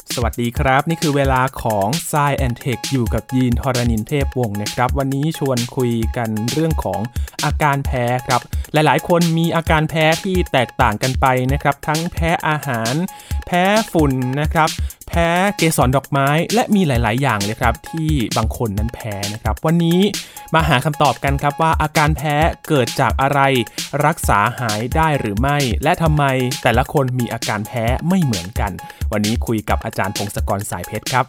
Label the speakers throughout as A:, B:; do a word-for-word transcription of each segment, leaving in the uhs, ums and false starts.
A: สวัสดีครับนี่คือเวลาของ Science แอนด์ Tech อยู่กับยีน ธรณินทร์เทพวงศ์นะครับวันนี้ชวนคุยกันเรื่องของอาการแพ้ครับหลายๆคนมีอาการแพ้ที่แตกต่างกันไปนะครับทั้งแพ้อาหารแพ้ฝุ่นนะครับแพ้เกสรดอกไม้และมีหลายๆอย่างเลยครับที่บางคนนั้นแพ้นะครับวันนี้มาหาคำตอบกันครับว่าอาการแพ้เกิดจากอะไรรักษาหายได้หรือไม่และทำไมแต่ละคนมีอาการแพ้ไม่เหมือนกันวันนี้คุยกับอาจารย์พงศกรสายเพชรครับ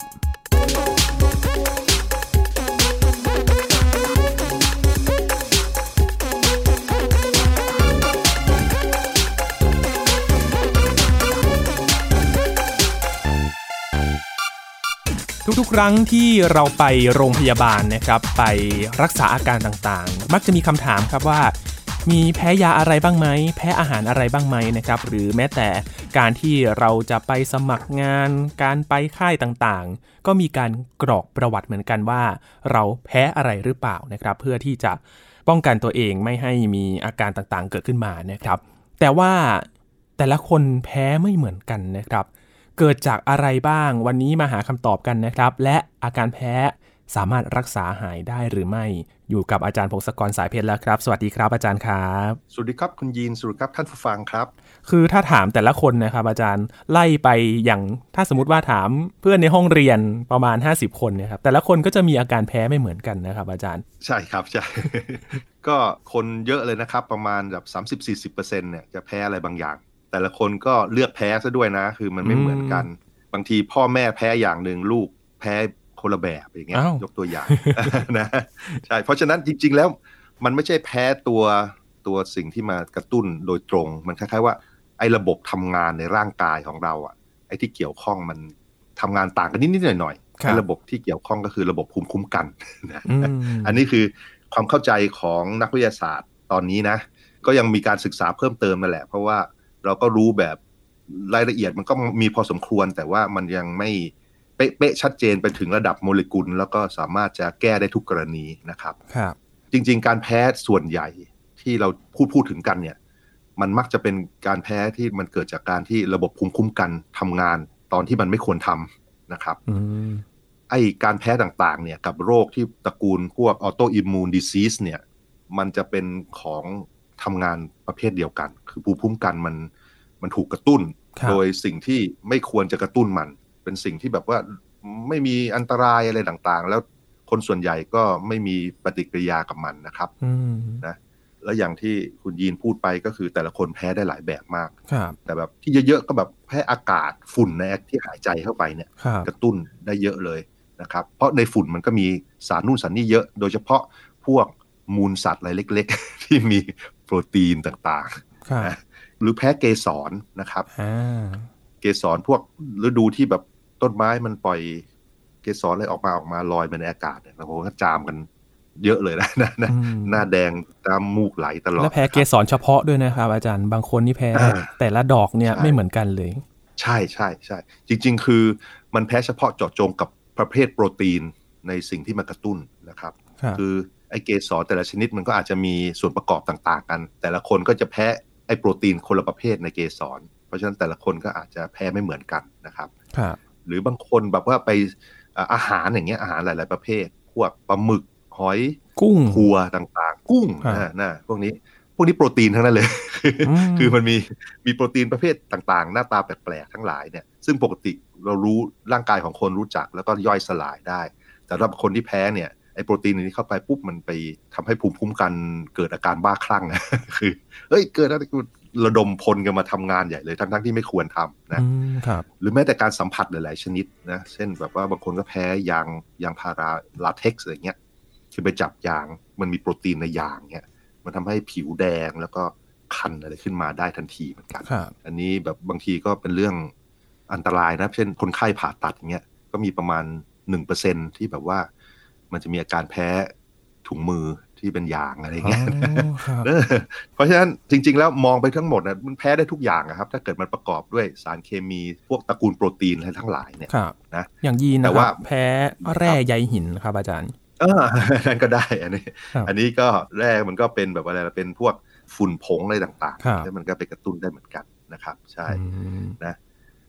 A: ทุกๆครั้งที่เราไปโรงพยาบาลนะครับไปรักษาอาการต่างๆมักจะมีคำถามครับว่ามีแพ้ยาอะไรบ้างไหมแพ้อาหารอะไรบ้างไหมนะครับหรือแม้แต่การที่เราจะไปสมัครงานการไปค่ายต่างๆก็มีการกรอกประวัติเหมือนกันว่าเราแพ้อะไรหรือเปล่านะครับเพื่อที่จะป้องกันตัวเองไม่ให้มีอาการต่างๆเกิดขึ้นมานะครับแต่ว่าแต่ละคนแพ้ไม่เหมือนกันนะครับเกิดจากอะไรบ้างวันนี้มาหาคำตอบกันนะครับและอาการแพ้สามารถรักษาหายได้หรือไม่อยู่กับอาจารย์พงศกรสายเพชรแล้วครับสวัสดีครับอาจารย์ครับ
B: สวัสดีครับคุณยีนสวัสดีครับท่านผู้ฟังครับ
A: คือถ้าถามแต่ละคนนะครับอาจารย์ไล่ไปอย่างถ้าสมมุติว่าถามเพื่อนในห้องเรียนประมาณห้าสิบคนเนี่ยครับแต่ละคนก็จะมีอาการแพ้ไม่เหมือนกันนะครับอาจารย์
B: ใช่ครับใช่ ก็คนเยอะเลยนะครับประมาณแบบ สามสิบถึงสี่สิบเปอร์เซ็นต์ เนี่ยจะแพ้อะไรบางอย่างแต่ละคนก็เลือกแพ้ซะด้วยนะคือมันไม่เหมือนกันบางทีพ่อแม่แพ้อย่างนึงลูกแพ้คนละแบบอย่างเงี้ยยกตัวอย่าง นะใช่เพราะฉะนั้นจริงๆแล้วมันไม่ใช่แพ้ตัวตัวสิ่งที่มากระตุ้นโดยตรงมันคล้ายๆว่าไอ้ระบบทำงานในร่างกายของเราอ่ะไอ้ที่เกี่ยวข้องมันทำงานต่างกันนิดๆหน่อยๆไอ้ระบบที่เกี่ยวข้องก็คือระบบภูมิคุ้มกันนะอันนี้คือความเข้าใจของนักวิทยาศาสตร์ตอนนี้นะก็ยังมีการศึกษาเพิ่มเติมนั่นแหละเพราะว่าเราก็รู้แบบรายละเอียดมันก็มีพอสมควรแต่ว่ามันยังไม่เป๊ะๆชัดเจนไปถึงระดับโมเลกุลแล้วก็สามารถจะแก้ได้ทุกกรณีนะครับ
A: ครับ
B: จริงๆการแพ้ส่วนใหญ่ที่เราพูดพูดถึงกันเนี่ยมันมักจะเป็นการแพ้ที่มันเกิดจากการที่ระบบภูมิคุ้มกันทำงานตอนที่มันไม่ควรทำนะครับไอ้การแพ้ต่างๆเนี่ยกับโรคที่ตระกูลพวกออโตอิมมูนดิซีสเนี่ยมันจะเป็นของทำงานประเภทเดียวกันคือภูมิคุ้มกันมันมันถูกกระตุ้นโดยสิ่งที่ไม่ควรจะกระตุ้นมันเป็นสิ่งที่แบบว่าไม่มีอันตรายอะไรต่างๆแล้วคนส่วนใหญ่ก็ไม่มีปฏิกิริยากับมันนะครับนะแล้วอย่างที่คุณยีนพูดไปก็คือแต่ละคนแพ้ได้หลายแบบมากแต่แบบที่เยอะๆก็แบบแพ้อากาศฝุ่นในที่หายใจเข้าไปเนี่ยกระตุ้นได้เยอะเลยนะครับเพราะในฝุ่นมันก็มีสารนู่นสารนี่เยอะโดยเฉพาะพวกมูลสัตว์อะไรเล็กๆที่มีโปรตีนต่างๆนะหรือแพ้เกสรนะครับเกสรพวกฤดูที่แบบต้นไม้มันปล่อยเกสรอะไรออกมาออกมาลอยมาในอากาศเนี่ยเราก็จามกันเยอะเลยนะนะหน้าแดงตามมูกไหลตลอด
A: แล้วแพ้เกสรเฉพาะด้วยนะครับอาจารย์บางคนนี่แพ้แต่ละดอกเนี่ยไม่เหมือนกันเลย
B: ใช่ใช่ใช่จริงๆคือมันแพ้เฉพาะเจาะจงกับประเภทโปรตีนในสิ่งที่มากระตุ้นนะครับคือไอเกสรแต่ละชนิดมันก็อาจจะมีส่วนประกอบต่างๆกันแต่ละคนก็จะแพ้ไอโปรตีนคนละประเภทในเกสรเพราะฉะนั้นแต่ละคนก็อาจจะแพ้ไม่เหมือนกันนะครับหรือบางคนแบบว่าไปอาหารอย่างเงี้ยอาหารหลายๆประเภทพวกปลาหมึกหอย
A: กุ้ง
B: ทัวต่างๆกุ้งนะพวกนี้พวกนี้โปรตีนทั้งนั้นเลย คือมันมีมีโปรตีนประเภทต่างๆหน้าตาแปลกๆทั้งหลายเนี่ยซึ่งปกติเรารู้ร่างกายของคนรู้จักแล้วก็ย่อยสลายได้แต่สำหรับคนที่แพ้เนี่ยไอ้โปรตีนนี้เข้าไปปุ๊บมันไปทำให้ภูมิคุ้มกันเกิดอาการบ้าคลั่งนะคือเอ้ยเกิดอะไรระดมพลกันมาทำงานใหญ่เลยทั้งๆที่ไม่ควรทำนะหรือแม้แต่การสัมผัสหลายๆชนิดนะเช่นแบบว่าบางคนก็แพ้ยางยางพาราลาเท็กซ์อะไรเงี้ยคือไปจับยางมันมีโปรตีนในยางเงี้ยมันทำให้ผิวแดงแล้วก็คันอะไรขึ้นมาได้ทันทีเหมือนกันอันนี้แบบบางทีก็เป็นเรื่องอันตรายนะเช่นคนไข้ผ่าตัดอย่างเงี้ยก็มีประมาณ หนึ่งเปอร์เซ็นต์ ที่แบบว่ามันจะมีอาการแพ้ถุงมือที่เป็นยางอะไรเงี้ยเพราะฉะนั้นจริงๆแล้วมองไปทั้งหมดนะมันแพ้ได้ทุกอย่างนะครับถ้าเกิดมันประกอบด้วยสารเคมีพวกตระกูลโปรตีนอะไรทั้งหลายเนี่ยนะ
A: อย่างยีนนะครับแพ้แร่ใยหินครับอาจารย์
B: เออนั่นก็ได้อันนี้อันนี้ก็แร่มันก็เป็นแบบอะไรเป็นพวกฝุ่นผงอะไรต่างๆที่มันก็ไปกระตุ้นได้เหมือนกันนะครับใช่นะ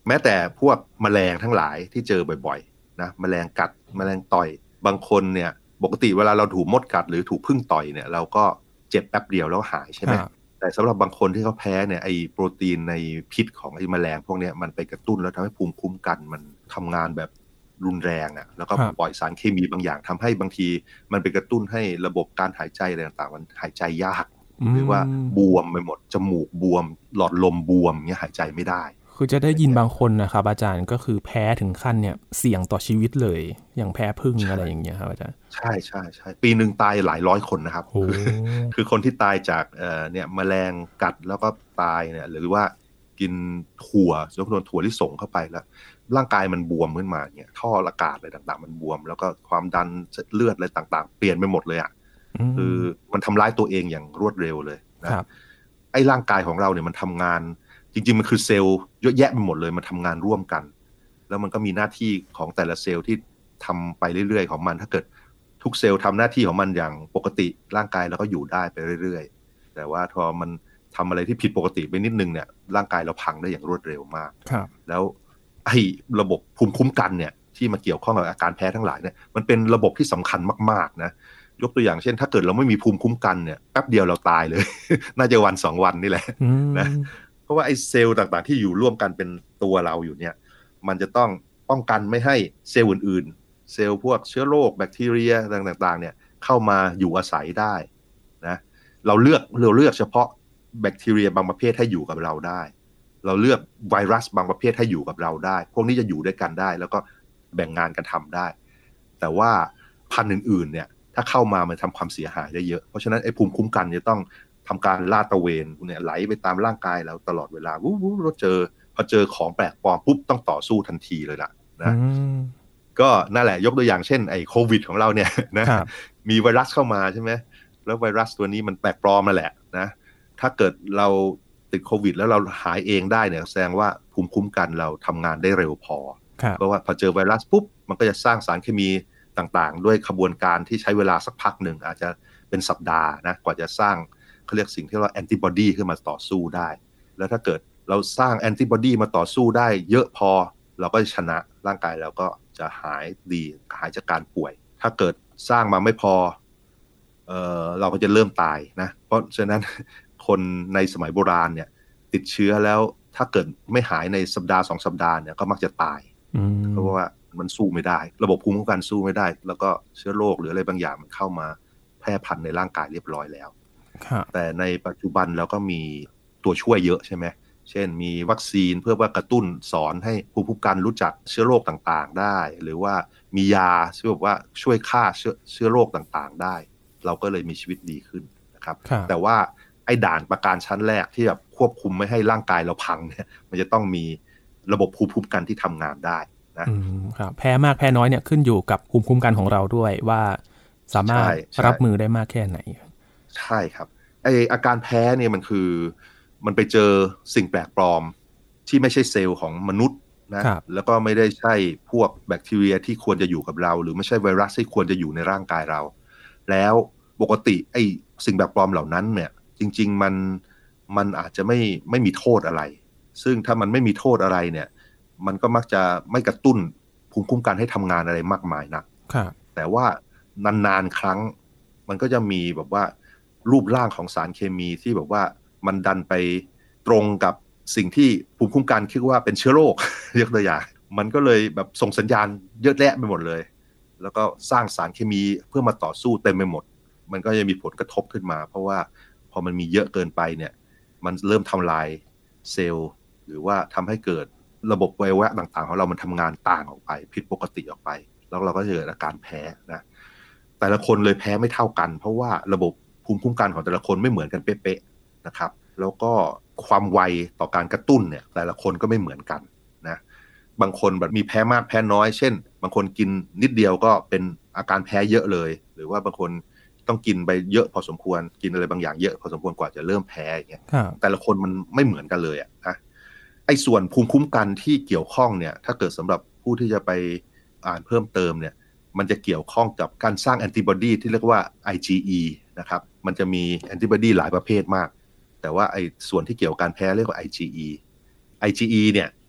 B: แม้แต่พวกแมลงทั้งหลายที่เจอบ่อยๆนะแมลงกัดแมลงต่อยบางคนเนี่ยปกติเวลาเราถูกมดกัดหรือถูกผึ้งต่อยเนี่ยเราก็เจ็บแป๊บเดียวแล้วหายใช่ไหมแต่สำหรับบางคนที่เขาแพ้เนี่ยไอ้โปรตีนในพิษของไอ้แมลงพวกนี้มันไปกระตุ้นแล้วทำให้ภูมิคุ้มกันมันทำงานแบบรุนแรงอ่ะแล้วก็ปล่อยสารเคมีบางอย่างทำให้บางทีมันไปกระตุ้นให้ระบบการหายใจอะไรต่างๆมันหายใจยากหรือว่าบวมไปหมดจมูกบวมหลอดลมบวมเงี้ยหายใจไม่ได้
A: คือจะได้ยินบางคนนะครับอาจารย์ก็คือแพ้ถึงขั้นเนี่ยเสี่ยงต่อชีวิตเลยอย่างแพ้ผึ้งอะไรอย่างเงี้ยครับอาจารย์
B: ใช่ใช่ใช่ปีหนึ่งตายหลายร้อยคนนะครับ คือคนที่ตายจากเอ่อเนี่ยแมลงกัดแล้วก็ตายเนี่ยหรือว่ากินถั่วยกตัวถั่วที่ส่งเข้าไปแล้วร่างกายมันบวมขึ้นมาเนี่ยท่ออากาศอะไรต่างๆมันบวมแล้วก็ความดันเลือดอะไรต่างๆเปลี่ยนไปหมดเลยอ่ะคือมันทำร้ายตัวเองอย่างรวดเร็วเลยนะไอ้ร่างกายของเราเนี่ยมันทำงานจริงๆมันคือเซลล์เยอะแยะไปหมดเลยมันทำงานร่วมกันแล้วมันก็มีหน้าที่ของแต่ละเซลล์ที่ทำไปเรื่อยๆของมันถ้าเกิดทุกเซลล์ทำหน้าที่ของมันอย่างปกติร่างกายเราก็อยู่ได้ไปเรื่อยๆแต่ว่าพอมันทำอะไรที่ผิดปกติไปนิดนึงเนี่ยร่างกายเราพังได้อย่างรวดเร็วมากแล้วไอ้ระบบภูมิคุ้มกันเนี่ยที่มาเกี่ยวข้องกับอาการแพ้ทั้งหลายเนี่ยมันเป็นระบบที่สำคัญมากๆนะยกตัวอย่างเช่นถ้าเกิดเราไม่มีภูมิคุ้มกันเนี่ยแป๊บเดียวเราตายเลย น่าจะวันสองวันนี่แหละนะเพราะว่าไอ้เซลล์ต่างๆที่อยู่ร่วมกันเป็นตัวเราอยู่เนี่ยมันจะต้องป้องกันไม่ให้เซลล์อื่นๆเซลล์พวกเชื้อโรคแบคทีเรียต่างๆเนี่ยเข้ามาอยู่อาศัยได้นะเราเลือกเราเลือกเฉพาะแบคทีเรียบางประเภทให้อยู่กับเราได้เราเลือกไวรัสบางประเภทให้อยู่กับเราได้พวกนี้จะอยู่ด้วยกันได้แล้วก็แบ่งงานกันทำได้แต่ว่าพันธุ์อื่นๆเนี่ยถ้าเข้ามามันทำความเสียหายได้เยอะเพราะฉะนั้นไอ้ภูมิคุ้มกันจะต้องทำการลาดตระเวนเนี่ยไหลไปตามร่างกายเราตลอดเวลาวู้วู้เราเจอพอเจอของแปลกปลอมปุ๊บต้องต่อสู้ทันทีเลยล่ะนะก็นั่นแหละยกตัวอย่างเช่นไอ้โควิดของเราเนี่ยนะมีไวรัสเข้ามาใช่ไหมแล้วไวรัสตัวนี้มันแปลกปลอมมาแหละนะถ้าเกิดเราติดโควิดแล้วเราหายเองได้เนี่ยแสดงว่าภูมิคุ้มกันเราทำงานได้เร็วพอเพราะว่าพอเจอไวรัสปุ๊บมันก็จะสร้างสารเคมีต่างๆด้วยขบวนการที่ใช้เวลาสักพักหนึ่งอาจจะเป็นสัปดาห์นะกว่าจะสร้างเขาเรียกสิ่งที่เรียกว่าแอนติบอดีขึ้นมาต่อสู้ได้แล้วถ้าเกิดเราสร้างแอนติบอดีมาต่อสู้ได้เยอะพอเราก็จะชนะร่างกายเราก็จะหายดีหายจากการป่วยถ้าเกิดสร้างมาไม่พอเอ่อเราก็จะเริ่มตายนะเพราะฉะนั้นคนในสมัยโบราณเนี่ยติดเชื้อแล้วถ้าเกิดไม่หายในสัปดาห์สองสัปดาห์เนี่ยก็มักจะตายเพราะว่ามันสู้ไม่ได้ระบบภูมิคุ้มกันสู้ไม่ได้แล้วก็เชื้อโรคหรืออะไรบางอย่างมันเข้ามาแพร่พันธุ์ในร่างกายเรียบร้อยแล้วแต่ในปัจจุบันเราก็มีตัวช่วยเยอะใช่ไหมเช่นมีวัคซีนเพื่อว่ากระตุ้นสอนให้ภูมิคุ้มกันรู้จักเชื้อโรคต่างๆได้หรือว่ามียาที่แบบว่าช่วยฆ่าเชื้อเชื้อโรคต่างๆได้เราก็เลยมีชีวิตดีขึ้นนะครับแต่ว่าไอ้ด่านประการชั้นแรกที่แบบควบคุมไม่ให้ร่างกายเราพังเนี่ยมันจะต้องมีระบบภูมิคุ้มกันที่ทำงานได้
A: นะครับแพ้มากแพ้น้อยเนี่ยขึ้นอยู่กับภูมิคุ้มกันของเราด้วยว่าสามารถรับมือได้มากแค่ไหน
B: ใช่ครับไออาการแพ้เนี่ยมันคือมันไปเจอสิ่งแปลกปลอมที่ไม่ใช่เซลล์ของมนุษย์นะแล้วก็ไม่ได้ใช่พวกแบคทีเรียที่ควรจะอยู่กับเราหรือไม่ใช่ไวรัสที่ควรจะอยู่ในร่างกายเราแล้วปกติไอสิ่งแปลกปลอมเหล่านั้นเนี่ยจริงๆมันมันอาจจะไม่ไม่มีโทษอะไรซึ่งถ้ามันไม่มีโทษอะไรเนี่ยมันก็มักจะไม่กระตุ้นภูมิคุ้มกันให้ทำงานอะไรมากมายนักแต่ว่านานๆครั้งมันก็จะมีแบบว่ารูปร่างของสารเคมีที่แบบว่ามันดันไปตรงกับสิ่งที่ภูมิคุ้มกันคิดว่าเป็นเชื้อโรคยกตัวอย่างมันก็เลยแบบส่งสัญญาณเยอะแยะไปหมดเลยแล้วก็สร้างสารเคมีเพื่อมาต่อสู้เต็มไปหมดมันก็จะมีผลกระทบขึ้นมาเพราะว่าพอมันมีเยอะเกินไปเนี่ยมันเริ่มทำลายเซลล์หรือว่าทำให้เกิดระบบไวรัสต่างๆของเรามันทำงานต่างออกไปผิดปกติออกไปแล้วเราก็จะเกิดอาการแพ้นะแต่ละคนเลยแพ้ไม่เท่ากันเพราะว่าระบบภูมิคุ้มกันของแต่ละคนไม่เหมือนกันเป๊ะๆนะครับแล้วก็ความไวต่อการกระตุ้นเนี่ยแต่ละคนก็ไม่เหมือนกันนะบางคนแบบมีแพ้มากแพ้น้อยเช่นบางคนกินนิดเดียวก็เป็นอาการแพ้เยอะเลยหรือว่าบางคนต้องกินไปเยอะพอสมควรกินอะไรบางอย่างเยอะพอสมควรกว่าจะเริ่มแพ้อย่างเงี้ยแต่ละคนมันไม่เหมือนกันเลยอะนะไอ้ส่วนภูมิคุ้มกันที่เกี่ยวข้องเนี่ยถ้าเกิดสำหรับผู้ที่จะไปอ่านเพิ่มเติมเนี่ยมันจะเกี่ยวข้องกับการสร้างแอนติบอดีที่เรียกว่า ไอ จี อี นะครับมันจะมีแอนติบอดีหลายประเภทมากแต่ว่าไอ้ส่วนที่เกี่ยวกับการแพ้เรียกว่า ไอ จี อี ไอ จี อี เนี่ยค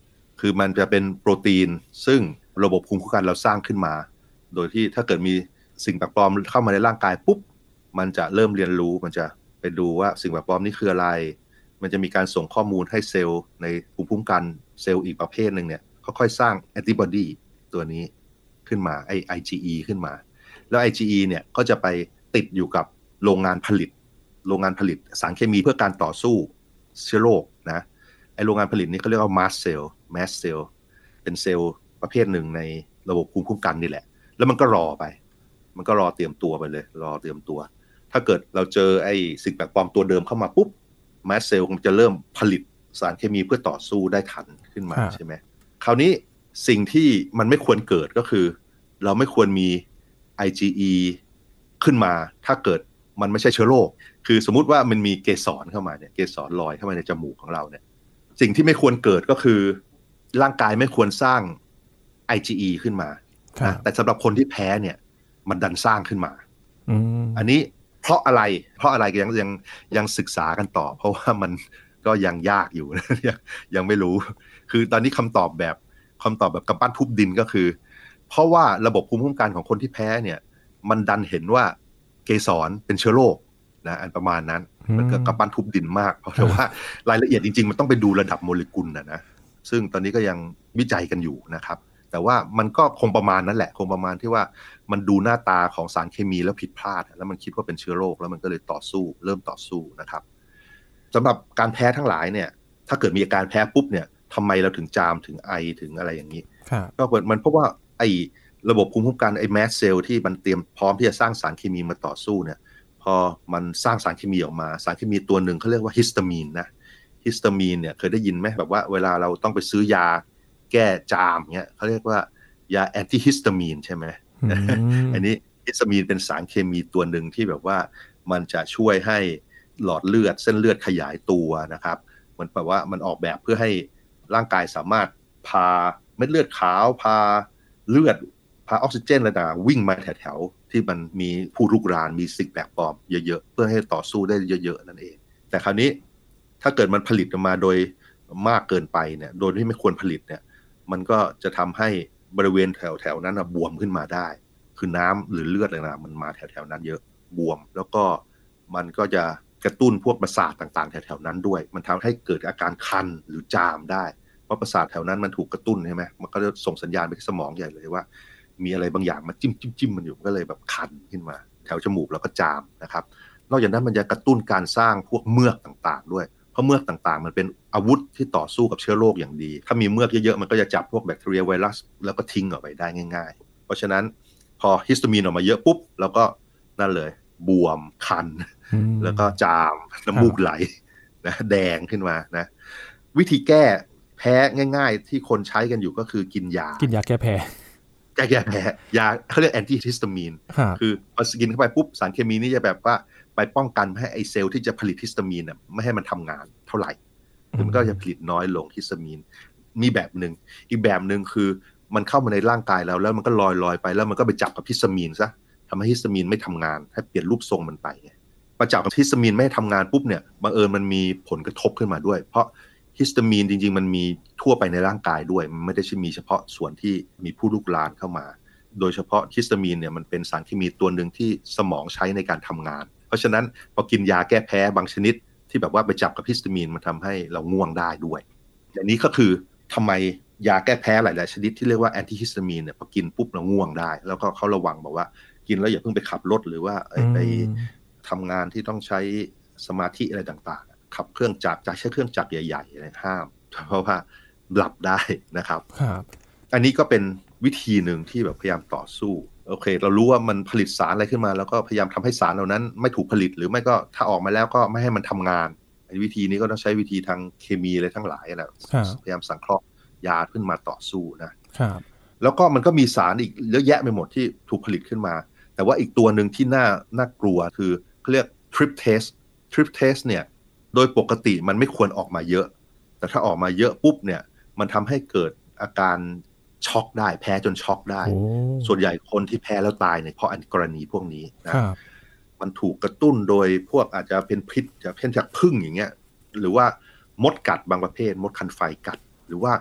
B: คือมันจะเป็นโปรตีนซึ่งระบบภูมิคุ้มกันเราสร้างขึ้นมาโดยที่ถ้าเกิดมีสิ่งแปลกปลอมเข้ามาในร่างกายปุ๊บมันจะเริ่มเรียนรู้มันจะไปดูว่าสิ่งแปลกปลอมนี่คืออะไรมันจะมีการส่งข้อมูลให้เซลล์ในภูมิคุ้มกันเซลล์อีกประเภทหนึ่งเนี่ยค่อยๆสร้างแอนติบอดีตัวนี้ขึ้นมาไอ้ ไอ จี อี ขึ้นมาแล้ว ไอ จี อี เนี่ยก็จะไปติดอยู่กับโรงงานผลิตโรงงานผลิตสารเคมีเพื่อการต่อสู้เชื้อโรคนะไอ้โรงงานผลิตนี้เขาเรียกว่า mast cell mast cell เป็นเซลล์ประเภทหนึ่งในระบบภูมิคุ้มกันนี่แหละแล้วมันก็รอไปมันก็รอเตรียมตัวไปเลยรอเตรียมตัวถ้าเกิดเราเจอไอ้สิ่งแปลกปลอมตัวเดิมเข้ามาปุ๊บ mast cell มันจะเริ่มผลิตสารเคมีเพื่อต่อสู้ได้ทันขึ้นมาใช่ไหมคราวนี้สิ่งที่มันไม่ควรเกิดก็คือเราไม่ควรมี ไอ จี อี ขึ้นมาถ้าเกิดมันไม่ใช่เชื้อโรคคือสมมุติว่ามันมีเกสรเข้ามาเนี่ยเกสรลอยเข้ามาในจมูกของเราเนี่ยสิ่งที่ไม่ควรเกิดก็คือร่างกายไม่ควรสร้าง ไอ จี อี ขึ้นมานะแต่สำหรับคนที่แพ้เนี่ยมันดันสร้างขึ้นมา อ, อันนี้เพราะอะไรเพราะอะไรยังยังยังศึกษากันต่อเพราะว่ามันก็ยังยากอยู่ ยังยังไม่รู้คือตอนนี้คำตอบแบบคำตอบแบบกำปั้นทุบดินก็คือเพราะว่าระบบภูมิคุ้มกันของคนที่แพ้เนี่ยมันดันเห็นว่าเกสรเป็นเชื้อโรคนะอันประมาณนั้นมันก็กำปั้นทุบดินมากเพราะว่ารายละเอียดจริงๆมันต้องไปดูระดับโมเลกุลนะนะซึ่งตอนนี้ก็ยังวิจัยกันอยู่นะครับแต่ว่ามันก็คงประมาณนั้นแหละคงประมาณที่ว่ามันดูหน้าตาของสารเคมีแล้วผิดพลาดแล้วมันคิดว่าเป็นเชื้อโรคแล้วมันก็เลยต่อสู้เริ่มต่อสู้นะครับสำหรับการแพ้ทั้งหลายเนี่ยถ้าเกิดมีอาการแพ้ปุ๊บเนี่ยทำไมเราถึงจามถึงไอถึงอะไรอย่างนี้ก็มันเพราะว่าไอระบบภูมิคุ้มกันไอแมสเซลที่มันเตรียมพร้อมที่จะสร้างสารเคมีมาต่อสู้เนี่ยพอมันสร้างสารเคมีออกมาสารเคมีตัวหนึ่งเขาเรียกว่าฮิสตามีนนะฮิสตามีนเนี่ยเคยได้ยินไหมแบบว่าเวลาเราต้องไปซื้อยาแก้จามเงี้ยเขาเรียกว่ายาแอนติฮิสตามีนใช่ไหม อันนี้ฮิสตามีนเป็นสารเคมีตัวหนึ่งที่แบบว่ามันจะช่วยให้หลอดเลือดเส้นเลือดขยายตัวนะครับมันแปลว่ามันออกแบบเพื่อให้ร่างกายสามารถพาเม็ดเลือดขาวพาเลือดพาออกซิเจนอะไรต่างๆวิ่งมาแถวๆที่มันมีผู้รุกรานมีสิ่งแปลกปลอมเยอะๆเพื่อให้ต่อสู้ได้เยอะๆนั่นเองแต่คราวนี้ถ้าเกิดมันผลิตออกมาโดยมากเกินไปเนี่ยโดยที่ไม่ควรผลิตเนี่ยมันก็จะทำให้บริเวณแถวๆนั้นบวมขึ้นมาได้คือน้ำหรือเลือดอะไรนะมันมาแถวๆนั้นเยอะบวมแล้วก็มันก็จะกระตุ้นพวกประสาทต่างๆแถวๆนั้นด้วยมันทำให้เกิดอาการคันหรือจามได้เพราะประสาทแถวนั้นมันถูกกระตุ้นใช่ไหมมันก็จะส่งสัญญาณไปที่สมองใหญ่เลยว่ามีอะไรบางอย่างมาจิ้มจิ้มจิ้มมันอยู่ก็เลยแบบคันขึ้นมาแถวจมูกแล้วก็จามนะครับนอกจากนั้นมันจะกระตุ้นการสร้างพวกเมือกต่างๆด้วยเพราะเมือกต่างๆมันเป็นอาวุธที่ต่อสู้กับเชื้อโรคอย่างดีถ้ามีเมือกเยอะๆมันก็จะจับพวกแบคทีเรียไวรัสแล้วก็ทิ้งออกไปได้ง่ายๆเพราะฉะนั้นพอฮิสตามีนออกมาเยอะปุ๊บแล้วก็นั่นเลยบวมคันแล้วก็จามน้ำมูกไหลนะแดงขึ้นมานะวิธีแก้แพ้ง่ายๆที่คนใช้กันอยู่ก็คือกินยา
A: กินยาแก้แพ้
B: แก้แพ้ยาเขาเรียกแอนตี้ฮิสตามีนคือพอกินเข้าไปปุ๊บสารเคมีนี้จะแบบว่าไปป้องกันไม่ให้ไอเซลล์ที่จะผลิตฮิสตามีนน่ะไม่ให้มันทำงานเท่าไหร่มันก็จะผลิตน้อยลงฮิสตามีนมีแบบนึงอีกแบบนึงคือมันเข้ามาในร่างกายเราแล้วมันก็ลอยลอยไปแล้วมันก็ไปจับกับฮิสตามีนซะทำให้ฮิสตามีนไม่ทำงานให้เปลี่ยนรูปทรงมันไปประจับกับฮิสตามีนไม่ทำงานปุ๊บเนี่ยบังเอิญมันมีผลกระทบขึ้นมาด้วยเพราะฮิสตามีนจริงๆมันมีทั่วไปในร่างกายด้วยมันไม่ได้ใช่มีเฉพาะส่วนที่มีผู้ลุกลานเข้ามาโดยเฉพาะฮิสตามีนเนี่ยมันเป็นสารเคมีตัวหนึ่งที่สมองใช้ในการทำงานเพราะฉะนั้นพอกินยาแก้แพ้บางชนิดที่แบบว่าไปจับกับฮิสตามีนมันทำให้เราง่วงได้ด้วยอย่างนี้ก็คือทำไมยาแก้แพ้หลายๆชนิดที่เรียกว่าแอนติฮิสตามีนเนี่ยพอกินปุ๊บเราง่วงได้แล้วก็เขาระวังบอกว่ากินแล้วอย่าเพิ่งไปขับรถหรือว่าไปทำงานที่ต้องใช้สมาธิอะไรต่างๆขับเครื่องจักรจากใช้เครื่องจักรใหญ่ๆอะไรห้ามเพราะว่าหลับได้นะครับอันนี้ก็เป็นวิธีหนึ่งที่แบบพยายามต่อสู้โอเคเรารู้ว่ามันผลิตสารอะไรขึ้นมาแล้วก็พยายามทำให้สารเหล่านั้นไม่ถูกผลิตหรือไม่ก็ถ้าออกมาแล้วก็ไม่ให้มันทำงานวิธีนี้ก็ต้องใช้วิธีทางเคมีอะไรทั้งหลายนะพยายามสังเคราะห์ยาขึ้นมาต่อสู้นะแล้วก็มันก็มีสารอีกเยอะแยะไปหมดที่ถูกผลิตขึ้นมาแต่ว่าอีกตัวหนึ่งที่น่าน่ากลัวคือเขาเรียกทริปเทสทริปเทสเนี่ยโดยปกติมันไม่ควรออกมาเยอะแต่ถ้าออกมาเยอะปุ๊บเนี่ยมันทำให้เกิดอาการช็อกได้แพ้จนช็อกได้ส่วนใหญ่คนที่แพ้แล้วตายเนี่ยเพราะอันกรณีพวกนี้นะมันถูกกระตุ้นโดยพวกอาจจะเป็นพิษจากเช่นจากผึ้งอย่างเงี้ยหรือว่ามดกัดบางประเภทมดคันไฟกัดหรือว่า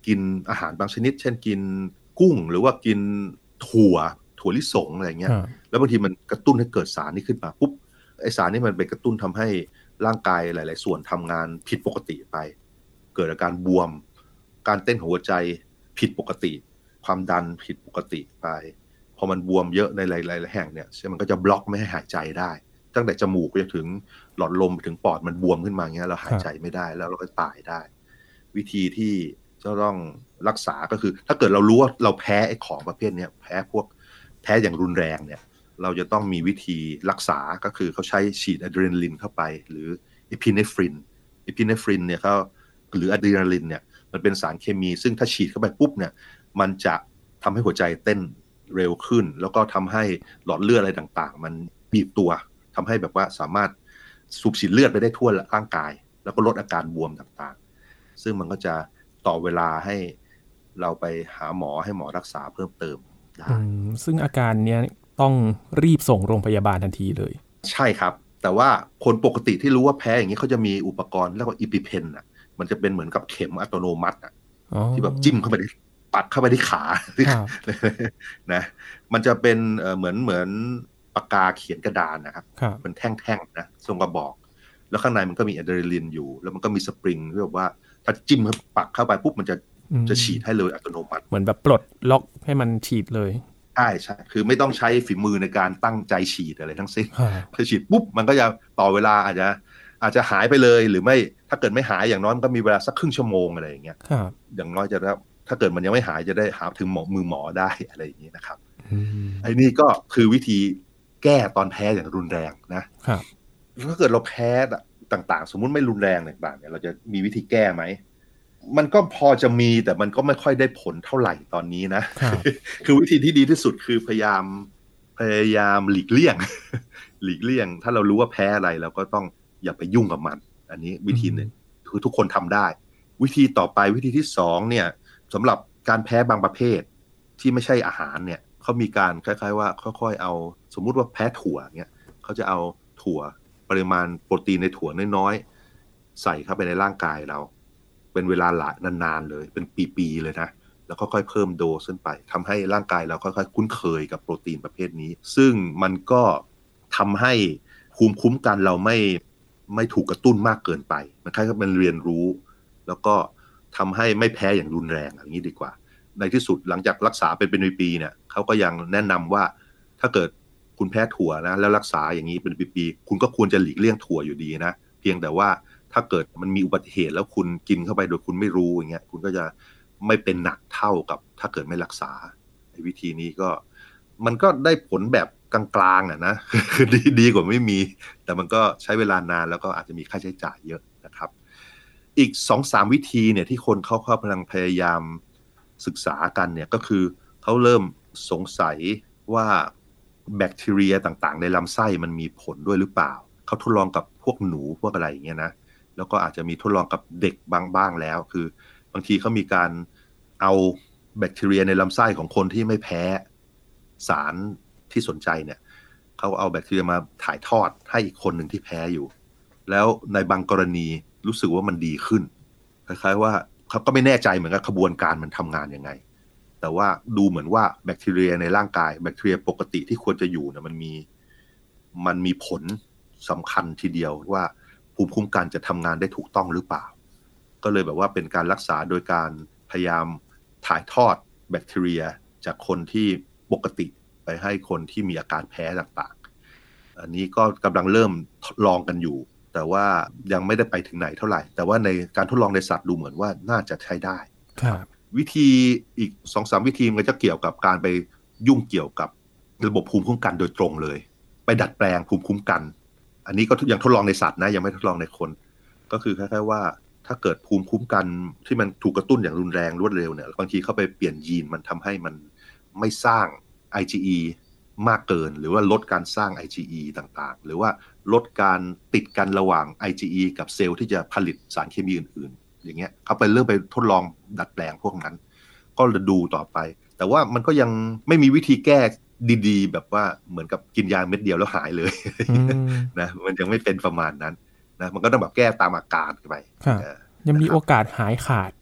B: กินอาหารบางชนิดเช่นกินกุ้งหรือว่ากินถั่วถั่วลิสงอะไรเงี้ยแล้วบางทีมันกระตุ้นให้เกิดสารนี้ขึ้นมาปุ๊บไอสารนี้มันไปกระตุ้นทำให้ร่างกายหลายๆส่วนทำงานผิดปกติไปเกิดอาการบวมการเต้นของหัวใจผิดปกติความดันผิดปกติไปพอมันบวมเยอะในหลายๆแห่งเนี่ยมันก็จะบล็อกไม่ให้หายใจได้ตั้งแต่จมูกไปถึงหลอดลมไปถึงปอดมันบวมขึ้นมาเงี้ยเราหายใจไม่ได้แล้วเราก็ตายได้วิธีที่จะต้องรักษาก็คือถ้าเกิดเรารู้ว่าเราแพ้ไอ้ของประเภทนี้แพ้พวกแพ้อย่างรุนแรงเนี่ยเราจะต้องมีวิธีรักษาก็คือเขาใช้ฉีดอะดรีนาลินเข้าไปหรือเอพิเนฟรินเอพิเนฟรินเนี่ยเขาหรืออะดรีนาลินเนี่ยมันเป็นสารเคมีซึ่งถ้าฉีดเข้าไปปุ๊บเนี่ยมันจะทำให้หัวใจเต้นเร็วขึ้นแล้วก็ทำให้หลอดเลือดอะไรต่างๆมันบีบตัวทำให้แบบว่าสามารถสูบฉีดเลือดไปได้ทั่วร่างกายแล้วก็ลดอาการบวมต่างๆซึ่งมันก็จะต่อเวลาให้เราไปหาหมอให้หมอรักษาเพิ่มเติมได้
A: ซึ่งอาการเนี้ยต้องรีบส่งโรงพยาบาลทันทีเลย
B: ใช่ครับแต่ว่าคนปกติที่รู้ว่าแพ้อย่างนี้เขาจะมีอุปกรณ์เรียกว่าอีพิเพนอ่ะมันจะเป็นเหมือนกับเข็มอัตโนมัติอ่ะที่แบบจิ้มเข้าไปได้ปัดเข้าไปที่ขานะมันจะเป็นเหมือนเหมือนปากกาเขียนกระดานนะครับเป็นแท่งๆนะทรงกระบอกแล้วข้างในมันก็มีอะดรีนาลินอยู่แล้วมันก็มีสปริงที่แบบว่าถ้าจิ้มปักเข้าไปปุ๊บมันจะจะฉีดให้เลยอัตโนมัติ
A: เหมือนแบบปลดล็อกให้มันฉีดเลย
B: ใช่ใช่คือไม่ต้องใช้ฝีมือในการตั้งใจฉีดอะไรทั้งสิ้นพอฉีดปุ๊บมันก็จะต่อเวลาอาจจะอาจจะหายไปเลยหรือไม่ถ้าเกิดไม่หายอย่างน้อยมันก็มีเวลาสักครึ่งชั่วโมงอะไรอย่างเงี้ยอย่างน้อยจะถ้าเกิดมันยังไม่หายจะได้หาถึงหมอมือหมอได้อะไรอย่างนี้นะครับไอ้นี่ก็คือวิธีแก้ตอนแพ้อย่างรุนแรงนะถ้าเกิดเราแพ้ต่างๆสมมุติไม่รุนแรงต่างๆเนี่ยเราจะมีวิธีแก้ไหมมันก็พอจะมีแต่มันก็ไม่ค่อยได้ผลเท่าไหร่ตอนนี้นะ คือวิธีที่ดีที่สุดคือพยายามพยายามหลีกเลี่ยง หลีกเลี่ยงถ้าเรารู้ว่าแพ้อะไรเราก็ต้องอย่าไปยุ่งกับมันอันนี้วิธีหนึ่งคือทุกคนทำได้วิธีต่อไปวิธีที่สองเนี่ยสำหรับการแพ้บางประเภทที่ไม่ใช่อาหารเนี่ยเขามีการคล้ายๆว่าค่อยๆเอาสมมุติว่าแพ้ถั่วเนี่ยเขาจะเอาถั่วปริมาณโปรตีนในถั่วน้อยๆใส่เข้าไปในร่างกายเราเป็นเวลาหลายนานๆเลยเป็นปีๆเลยนะแล้วค่อยๆเพิ่มโดสขึ้นไปทำให้ร่างกายเราค่อยๆคุ้นเคยกับโปรตีนประเภทนี้ซึ่งมันก็ทำให้ภูมิคุ้มกันเราไม่ไม่ถูกกระตุ้นมากเกินไปมันคล้ายกับมันเรียนรู้แล้วก็ทำให้ไม่แพ้อย่างรุนแรงอย่างนี้ดีกว่าในที่สุดหลังจากรักษาเป็นเป็นปีๆเนี่ยเขาก็ยังแนะนำว่าถ้าเกิดคุณแพ้ถั่วนะแล้วรักษาอย่างนี้เป็นปีๆคุณก็ควรจะหลีกเลี่ยงถั่วอยู่ดีนะเพียงแต่ว่าถ้าเกิดมันมีอุบัติเหตุแล้วคุณกินเข้าไปโดยคุณไม่รู้อย่างเงี้ยคุณก็จะไม่เป็นหนักเท่ากับถ้าเกิดไม่รักษาวิธีนี้ก็มันก็ได้ผลแบบกลางๆอ่ะนะคือดีดีกว่าไม่มีแต่มันก็ใช้เวลานานแล้วก็อาจจะมีค่าใช้จ่ายเยอะนะครับอีก สองถึงสาม วิธีเนี่ยที่คนเขาเขากำลังพยายามศึกษากันเนี่ยก็คือเขาเริ่มสงสัยว่าแบคทีเรียต่างๆในลำไส้มันมีผลด้วยหรือเปล่าเขาทดลองกับพวกหนูพวกอะไรอย่างเงี้ยนะแล้วก็อาจจะมีทดลองกับเด็กบ้างๆแล้วคือบางทีเขามีการเอาแบคทีเรียในลำไส้ของคนที่ไม่แพ้สารที่สนใจเนี่ยเขาเอาแบคทีเรียมาถ่ายทอดให้อีกคนหนึ่งที่แพ้อยู่แล้วในบางกรณีรู้สึกว่ามันดีขึ้นคล้ายๆว่าเขาก็ไม่แน่ใจเหมือนกับขบวนการมันทำงานยังไงแต่ว่าดูเหมือนว่าแบคทีเรียในร่างกายแบคทีเรียปกติที่ควรจะอยู่เนี่ยมันมีมันมีผลสำคัญทีเดียวว่าภูมิคุ้มกันจะทำงานได้ถูกต้องหรือเปล่าก็เลยแบบว่าเป็นการรักษาโดยการพยายามถ่ายทอดแบคทีเรียจากคนที่ปกติไปให้คนที่มีอาการแพ้ต่างๆอันนี้ก็กำลังเริ่มทดลองกันอยู่แต่ว่ายังไม่ได้ไปถึงไหนเท่าไหร่แต่ว่าในการทดลองในสัตว์ดูเหมือนว่าน่าจะใช้ได้วิธีอีก สองถึงสาม วิธีมันจะเกี่ยวกับการไปยุ่งเกี่ยวกับระบบภูมิคุ้มกันโดยตรงเลยไปดัดแปลงภูมิคุ้มกันอันนี้ก็ยังทดลองในสัตว์นะยังไม่ทดลองในคนก็คือคล้ายๆว่าถ้าเกิดภูมิคุ้มกันที่มันถูกกระตุ้นอย่างรุนแรงรวดเร็วเนี่ยบางทีเข้าไปเปลี่ยนยีนมันทำให้มันไม่สร้าง ไอ จี อี มากเกินหรือว่าลดการสร้าง ไอ จี อี ต่างๆหรือว่าลดการติดกันระหว่าง ไอ จี อี กับเซลล์ที่จะผลิตสารเคมีอื่นๆอย่างเงี้ยเขาไปเริ่มไปทดลองดัดแปลงพวกนั้นก็จะดูต่อไปแต่ว่ามันก็ยังไม่มีวิธีแก้ดีๆแบบว่าเหมือนกับกินยาเม็ดเดียวแล้วหายเลยนะมันยังไม่เป็นประมาณนั้นนะมันก็ต้องแบบแก้ตามอาการไป
A: ยังมีโอกาสหายขาด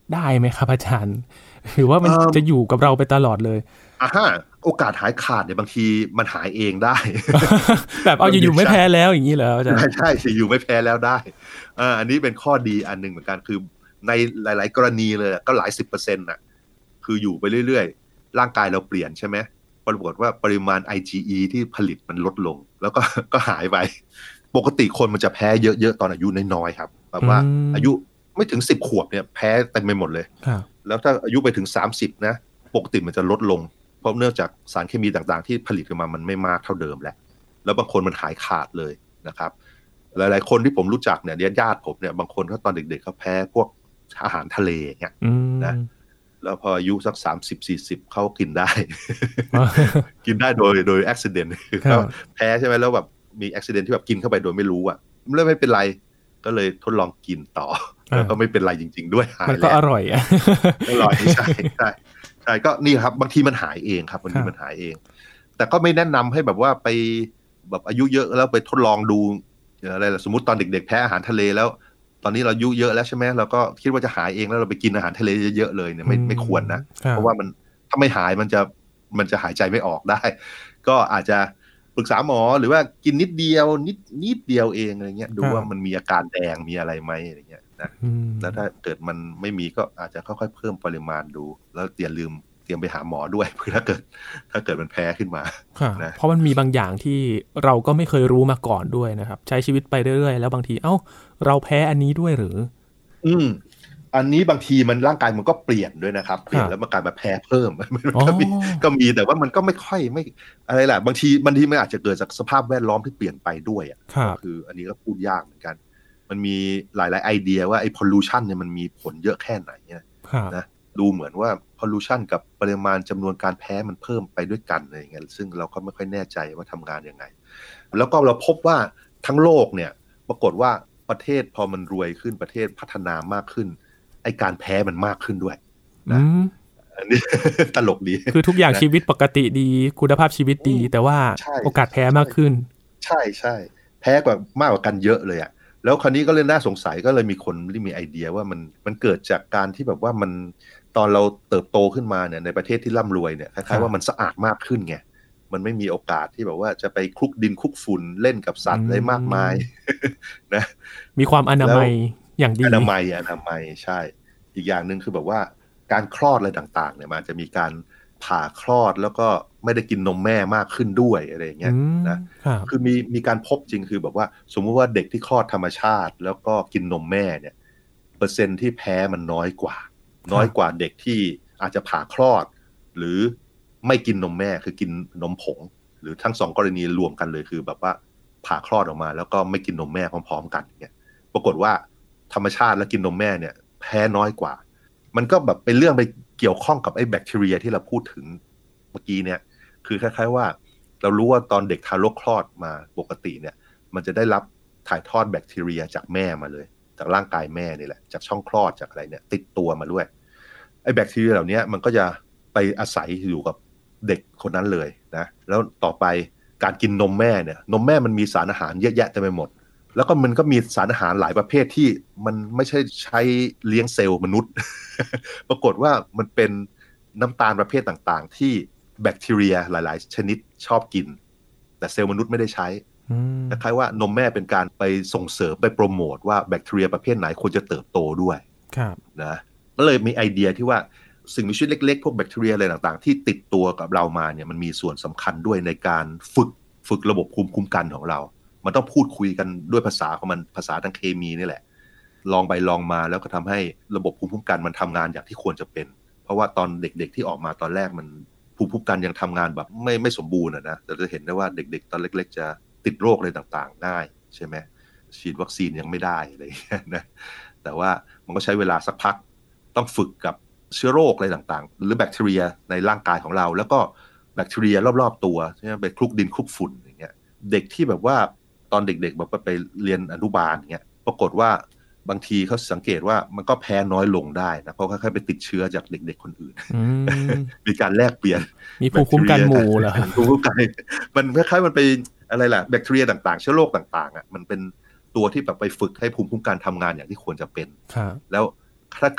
A: ได้ไหมครับอาจารย์หรือว่ามันจะอยู่กับเราไปตลอดเลย
B: อ่าฮะโอกาสหายขาดเนี่ยบางทีมันหายเองได้
A: แบบเอาอยู่ๆไม่แพ้แล้วอย่างนี้เหรออาจารย์
B: ใช่ใช่อยู่ไม่แพ้แล้วได้อ่าอันนี้เป็นข้อดีอันหนึ่งเหมือนกันคือในหลายๆกรณีเลยก็หลายสิบเปอร์เซ็นต์น่ะคืออยู่ไปเรื่อยๆร่างกายเราเปลี่ยนใช่ไหมปรากฏว่าปริมาณ ไอ จี อี ที่ผลิตมันลดลงแล้วก็ก็หายไปปกติคนมันจะแพ้เยอะๆตอนอายุน้อยๆครับแบบว่าอายุไม่ถึงสิบขวบเนี่ยแพ้เต็มไปหมดเลยแล้วถ้าอายุไปถึงสามสิบนะปกติมันจะลดลงเพราะเนื่องจากสารเคมีต่างๆที่ผลิตออกมามันไม่มากเท่าเดิมแหละแล้วบางคนมันหายขาดเลยนะครับหลายๆคนที่ผมรู้จักเนี่ยญาติผมเนี่ยบางคนเขาตอนเด็กๆเขาแพ้พวกอาหารทะเลอย่างเงี้ยนะแล้วพออายุสักสามสิบสี่สิบเขากินได้ กินได้โดยโดยอุบัติเหตุเขาแพ้ใช่ไหมแล้วแบบมีอุบัติเหตุที่แบบกินเข้าไปโดยไม่รู้อ่ะแล้วไม่เป็นไรก็เลยทดลองกินต่อแล้วก็ไม่เป็นไรจริงๆด้วยหายแล้ว
A: มันก็อร่อยอ่ะ
B: อร่อยใช่ใช่ใช่ก็นี่ครับบางทีมันหายเองครับบางทีมันหายเองแต่ก็ไม่แนะนำให้แบบว่าไปแบบอายุเยอะแล้วไปทดลองดูอะไรล่ะสมมติตอนเด็กๆแพ้อาหารทะเลแล้วตอนนี้เราอายุเยอะแล้วใช่ไหมเราก็คิดว่าจะหายเองแล้วเราไปกินอาหารทะเลเยอะๆเลยเนี่ยไม่ไม่ควรนะเพราะว่ามันถ้าไม่หายมันจะมันจะหายใจไม่ออกได้ก็อาจจะปรึกษาหมอหรือว่ากินนิดเดียวนิดนิดเดียวเองอะไรเงี้ยดูว่ามันมีอาการแดงมีอะไรไหมอะไรเงี้ยนะแล้วถ้าเกิดมันไม่มีก็อาจจะค่อยๆเพิ่มปริมาณดูแล้วอย่าลืมเตรียมไปหาหมอด้วยเพื่อถ้าเกิดถ้าเกิดมันแพ้ขึ้นมา
A: นะเพราะมันมีบางอย่างที่เราก็ไม่เคยรู้มาก่อนด้วยนะครับใช้ชีวิตไปเรื่อยๆแล้วบางทีเอ้าเราแพ้อันนี้ด้วยหรือ
B: อืมอันนี้บางทีมันร่างกายมันก็เปลี่ยนด้วยนะครับเปลี่ยนแล้วมันกลายมาแพ้เพิ่มมันก็มีก็มีแต่ว่ามันก็ไม่ค่อยไม่อะไรแหละบางทีบางทีมันอาจจะเกิดจากสภาพแวดล้อมที่เปลี่ยนไปด้วยอ่ะก็คืออันนี้ก็พูดยากเหมือนกันมันมีหลายๆไอเดียว่าไอ้ pollution เนี่ยมันมีผลเยอะแค่ไหนนะดูเหมือนว่า pollution กับปริมาณจำนวนการแพ้มันเพิ่มไปด้วยกันอะไรอย่างเงี้ยซึ่งเราก็ไม่ค่อยแน่ใจว่าทำงานยังไงแล้วก็เราพบว่าทั้งโลกเนี่ยปรากฏว่าประเทศพอมันรวยขึ้นประเทศพัฒนามากขึ้นไอการแพ้มันมากขึ้นด้วยนะอันนี้ตลกดี
A: คือทุกอย่างชีวิตปกติดีคุณภาพชีวิตดีแต่ว่าโอกาสแพ้มากขึ้น
B: ใช่ใช่แพ้กว่ามากกว่ากันเยอะเลยอ่ะแล้วคราวนี้ก็เลยน่าสงสัยก็เลยมีคนที่มีไอเดียว่ามันมันเกิดจากการที่แบบว่ามันตอนเราเติบโตขึ้นมาเนี่ยในประเทศที่ร่ำรวยเนี่ยคล้ายๆว่ามันสะอาดมากขึ้นไงมันไม่มีโอกาสที่แบบว่าจะไปคลุกดินคลุกฝุ่นเล่นกับสัตว์อะไรมากมายนะ
A: มีความอนามัยอย่างดี
B: อนามัยอนามัยใช่อีกอย่างนึงคือแบบว่าการคลอดอะไรต่างๆเนี่ยมันจะมีการผ่าคลอดแล้วก็ไม่ได้กินนมแม่มากขึ้นด้วยอะไรอย่างเงี้ยนะคือมีมีการพบจริงคือแบบว่าสมมุติว่าเด็กที่คลอดธรรมชาติแล้วก็กินนมแม่เนี่ยเปอร์เซ็นต์ที่แพ้มันน้อยกว่าน้อยกว่าเด็กที่อาจจะผ่าคลอดหรือไม่กินนมแม่คือกินนมผงหรือทั้งสองกรณีรวมกันเลยคือแบบว่าผ่าคลอดออกมาแล้วก็ไม่กินนมแม่พร้อมๆกันเนี่ยปรากฏว่าธรรมชาติแล้วกินนมแม่เนี่ยแพ้น้อยกว่ามันก็แบบเป็นเรื่องไปเกี่ยวข้องกับไอ้แบคทีเรียที่เราพูดถึงเมื่อกี้เนี่ยคือคล้ายๆว่าเรารู้ว่าตอนเด็กทารกคลอดมาปกติเนี่ยมันจะได้รับถ่ายทอดแบคทีเรียจากแม่มาเลยจากร่างกายแม่นี่แหละจากช่องคลอดจากอะไรเนี่ยติดตัวมาด้วยไอ้แบคทีเรียเหล่านี้มันก็จะไปอาศัยอยู่กับเด็กคนนั้นเลยนะแล้วต่อไปการกินนมแม่เนี่ยนมแม่มันมีสารอาหารเยอะแยะเต็มไปหมดแล้วก็มันก็มีสารอาหารหลายประเภทที่มันไม่ใช่ใช้เลี้ยงเซลล์มนุษย์ ปรากฏว่ามันเป็นน้ำตาลประเภทต่างๆที่แบคทีเรียหลายๆชนิดชอบกินแต่เซลล์มนุษย์ไม่ได้ใช้คล้ายๆว่านมแม่เป็นการไปส่งเสริมไปโปรโมทว่าแบคทีเรียประเภทไหนควรจะเติบโตด้วยนะก็เลยมีไอเดียที่ว่าสิ่งมีชีวิตเล็กๆพวกแบคทีเรียอะไรต่างๆที่ติดตัวกับเรามาเนี่ยมันมีส่วนสำคัญด้วยในการฝึกฝึกระบบภูมิคุ้มกันของเรามันต้องพูดคุยกันด้วยภาษาของมันภาษาทางเคมีนี่แหละลองไปลองมาแล้วก็ทำให้ระบบภูมิคุ้มกันมันทำงานอย่างที่ควรจะเป็นเพราะว่าตอนเด็กๆที่ออกมาตอนแรกมันภูมิคุ้มกันยังทำงานแบบไม่ไม่สมบูรณ์นะแต่จะเห็นได้ว่าเด็กๆตอนเล็กๆจะติดโรคอะไรต่างๆง่ายใช่ไหมฉีดวัคซีนยังไม่ได้อะไรอย่างเงี้ยนะแต่ว่ามันก็ใช้เวลาสักพักต้องฝึกกับเชื้อโรคอะไรต่างๆหรือแบคทีเรียในร่างกายของเราแล้วก็แบคทีเรียรอบๆตัวใช่ไหมไปคลุกดินคลุกฝุ่นอย่างเงี้ยเด็กที่แบบว่าตอนเด็กๆแบบไปเรียนอนุบาลอย่างเงี้ยปรากฏว่าบางทีเขาสังเกตว่ามันก็แพ้น้อยลงได้นะเพราะค่อยๆไปติดเชื้อจากเด็กๆคนอื่น มีการแลกเปลี่ยน
A: มีภูมิคุ้มกันหมู่เหรอ
B: ภูมิคุ้มกันมันคล้ายๆมันไปอะไรล่ะแบคทีเรียต่างๆเชื้อโรคต่างๆอ่ะมันเป็นตัวที่แบบไปฝึกให้ภูมิคุ้มกันทำงานอย่างที่ควรจะเป็นแล้วถ้าเกิด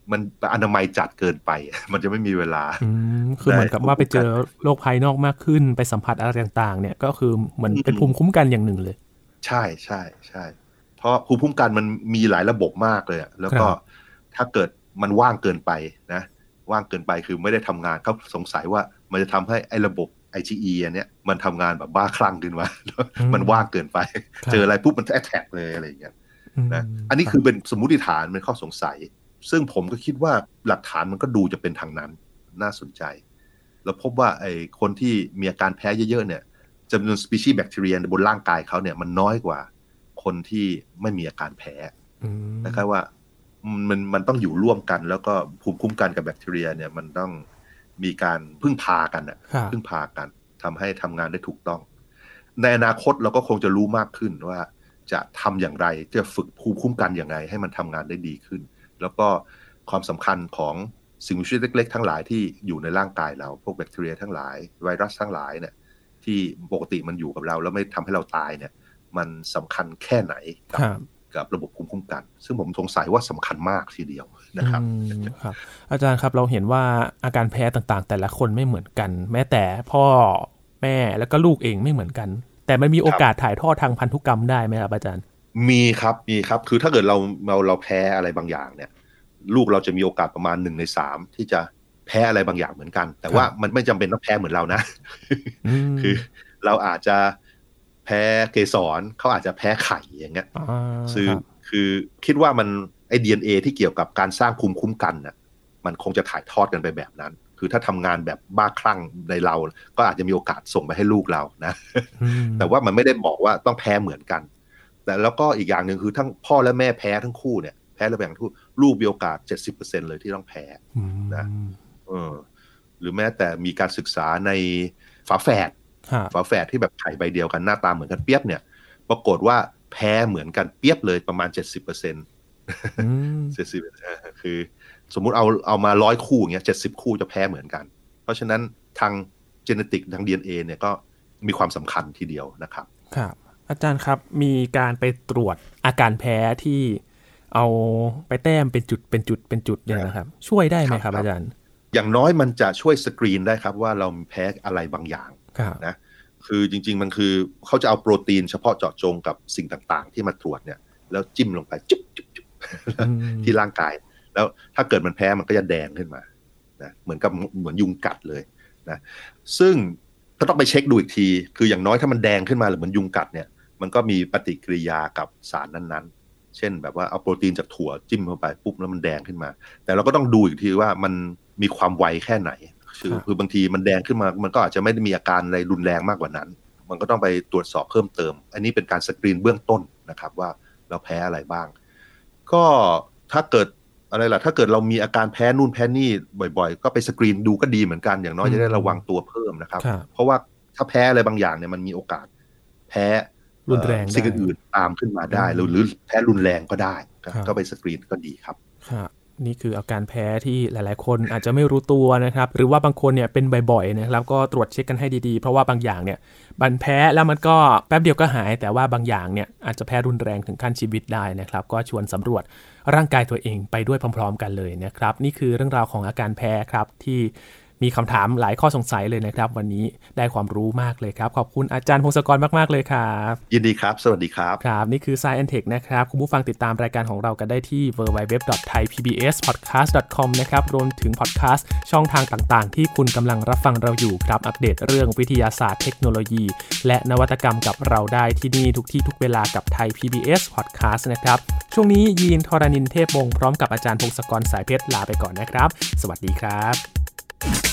B: มันอนามัยจัดเกินไปมันจะไม่มีเวลา
A: คือเหมือนกับว่าไปเจอโลกภายนอกมากขึ้นไปสัมผัสอะไรต่างๆเนี่ยก็คือเหมือนเป็นภูมิคุ้มกันอย่างหนึ่งเลย
B: ใช่ใช่ใช่เพราะภูมิคุ้มกันมันมีหลายระบบมากเลยแล้วก็ถ้าเกิดมันว่างเกินไปนะว่างเกินไปคือไม่ได้ทำงานเขาสงสัยว่ามันจะทำให้ไอ้ระบบ ไอ จี อี อันเนี้ยมันทำงานแบบบ้าคลั่งขึ้นมามันว่างเกินไปเจออะไรปุ๊บมันแอทแทคเลยอะไรอย่างเงี้ยนะอันนี้คือเป็นสมมุติฐานเป็นข้อสงสัยซึ่งผมก็คิดว่าหลักฐานมันก็ดูจะเป็นทางนั้นน่าสนใจแล้วพบว่าไอ้คนที่มีอาการแพ้เยอะๆเนี่ยจำนวนสปีชีส์แบคทีเรียบนร่างกายเขาเนี่ยมันน้อยกว่าคนที่ไม่มีอาการแพ้นะครับว่ามันมันต้องอยู่ร่วมกันแล้วก็ภูมิคุ้มกันกับแบคทีเรียเนี่ยมันต้องมีการพึ่งพากันอะพึ่งพากันทำให้ทำงานได้ถูกต้องในอนาคตเราก็คงจะรู้มากขึ้นว่าจะทำอย่างไรจะฝึกภูมิคุ้มกันอย่างไรให้มันทำงานได้ดีขึ้นแล้วก็ความสำคัญของสิ่งมีชีวิตเล็กๆทั้งหลายที่อยู่ในร่างกายเราพวกแบคทีเรียทั้งหลายไวรัสทั้งหลายเนี่ยที่ปกติมันอยู่กับเราแล้วไม่ทำให้เราตายเนี่ยมันสำคัญแค่ไหนกับกับระบบภูมิคุ้มกันซึ่งผมสงสัยว่าสำคัญมากทีเดียวนะครับ
A: ครับอาจารย์ครับเราเห็นว่าอาการแพ้ต่างๆแต่ละคนไม่เหมือนกันแม้แต่พ่อแม่แล้วก็ลูกเองไม่เหมือนกันแต่มันมีโอกาสถ่ายทอดทางพันธุกรรมได้ไหมครับอาจารย์
B: มีครับมีครับคือถ้าเกิดเราเราเราแพ้อะไรบางอย่างเนี่ยลูกเราจะมีโอกาสประมาณหนึ่งในสามที่จะแพ้อะไรบางอย่างเหมือนกันแต่ว่ามันไม่จำเป็นต้องแพ้เหมือนเรานะคือเราอาจจะแพ้เกสรเขาอาจจะแพ้ไข่อย่างเงี้ยคือคือคิดว่ามันไอ้ ดี เอ็น เอ ที่เกี่ยวกับการสร้างภูมิคุ้มกันน่ะมันคงจะถ่ายทอดกันไปแบบนั้นคือถ้าทำงานแบบบ้าคลั่งในเราก็อาจจะมีโอกาสส่งไปให้ลูกเรานะแต่ว่ามันไม่ได้บอกว่าต้องแพ้เหมือนกันแต่แล้วก็อีกอย่างหนึ่งคือทั้งพ่อและแม่แพ้ทั้งคู่เนี่ยแพ้ระแบ่งทุกลูกมีโอกาส เจ็ดสิบเปอร์เซ็นต์ เลยที่ต้องแพ้นะเออหรือแม้แต่มีการศึกษาในฝาแฝดฝาแฝดที่แบบไข่ใบเดียวกันหน้าตาเหมือนกันเปียบเนี่ยปรากฏว่าแพ้เหมือนกันเปียบเลยประมาณ เจ็ดสิบเปอร์เซ็นต์ เจ็ดสิบคือสมมุติเอาเอามาร้อยคู่อย่างเงี้ยเจ็ดสิบคู่จะแพ้เหมือนกันเพราะฉะนั้นทางเจเนติกทาง ดี เอ็น เอ เนี่ยก็มีความสำคัญทีเดียวนะครับ
A: ครับอาจารย์ครับมีการไปตรวจอาการแพ้ที่เอาไปแต้มเป็นจุดเป็นจุดเป็นจุดเนี่ยนะครับช่วยได้ไหมครับอาจารย์
B: อย่างน้อยมันจะช่วยสกรีนได้ครับว่าเราแพ้อะไรบางอย่างนะคือจริงๆมันคือเขาจะเอาโปรตีนเฉพาะเจาะจงกับสิ่งต่างๆที่มาตรวจเนี่ยแล้วจิ้มลงไปจุ๊บจุ๊บจุ๊บที่ร่างกายแล้วถ้าเกิดมันแพ้มันก็จะแดงขึ้นมานะเหมือนกับเหมือนยุงกัดเลยนะซึ่งก็ต้องไปเช็คดูอีกทีคืออย่างน้อยถ้ามันแดงขึ้นมาหรือเหมือนยุงกัดเนี่ยมันก็มีปฏิกิริยากับสารนั้นๆเช่นแบบว่าเอาโปรตีนจากถั่วจิ้มเข้าไปปุ๊บแล้วมันแดงขึ้นมาแต่เราก็ต้องดูอีกทีว่ามันมีความไวแค่ไหนคือคือบางทีมันแดงขึ้นมามันก็อาจจะไม่ได้มีอาการอะไรรุนแรงมากกว่านั้นมันก็ต้องไปตรวจสอบเพิ่มเติมอันนี้เป็นการสกรีนเบื้องต้นนะครับว่าเราแพ้อะไรบ้างก็ถ้าเกิดอะไรล่ะถ้าเกิดเรามีอาการแพ้นู่นแพ้นี่บ่อยๆก็ไปสกรีนดูก็ดีเหมือนกันอย่างน้อยจะได้ระวังตัวเพิ่มนะครับเพราะว่าถ้าแพ้อะไรบางอย่างเนี่ยมันมีโอกาสแพ้
A: รุนแรง
B: สิ่งอื่นๆตามขึ้นมาได้หรือแพ้รุนแรงก็ได้ก็ไปสกรีนก็ดีครับ
A: นี่คืออาการแพ้ที่หลายๆคนอาจจะไม่รู้ตัวนะครับหรือว่าบางคนเนี่ยเป็นบ่อยๆนะครับก็ตรวจเช็คกันให้ดีๆเพราะว่าบางอย่างเนี่ยมันแพ้แล้วมันก็แป๊บเดียวก็หายแต่ว่าบางอย่างเนี่ยอาจจะแพ้รุนแรงถึงขั้นชีวิตได้นะครับก็ชวนสำรวจร่างกายตัวเองไปด้วยพร้อมๆกันเลยนะครับนี่คือเรื่องราวของอาการแพ้ครับที่มีคำถามหลายข้อสงสัยเลยนะครับวันนี้ได้ความรู้มากเลยครับขอบคุณอาจารย์พงศกรมากๆเลยครับ
B: ยินดีครับสวัสดีครับ
A: ครับนี่คือ Science and Tech นะครับคุณผู้ฟังติดตามรายการของเรากันได้ที่ ดับเบิลยู ดับเบิลยู ดับเบิลยู ดอท ไทย พี บี เอส พอดแคสต์ ดอท คอม นะครับรวมถึงพอดแคสต์ช่องทางต่างๆที่คุณกำลังรับฟังเราอยู่ครับอัปเดตเรื่องวิทยาศาสตร์เทคโนโลยีและนวัตกรรมกับเราได้ที่นี่ทุกที่ทุกเวลากับไทย พี บี เอส Podcast นะครับช่วงนี้ยีนทรณินเทพวงศ์พร้อมกับอาจารย์พงศกรสายเพชรลาไปก่อนนะครับสวัสดีครับ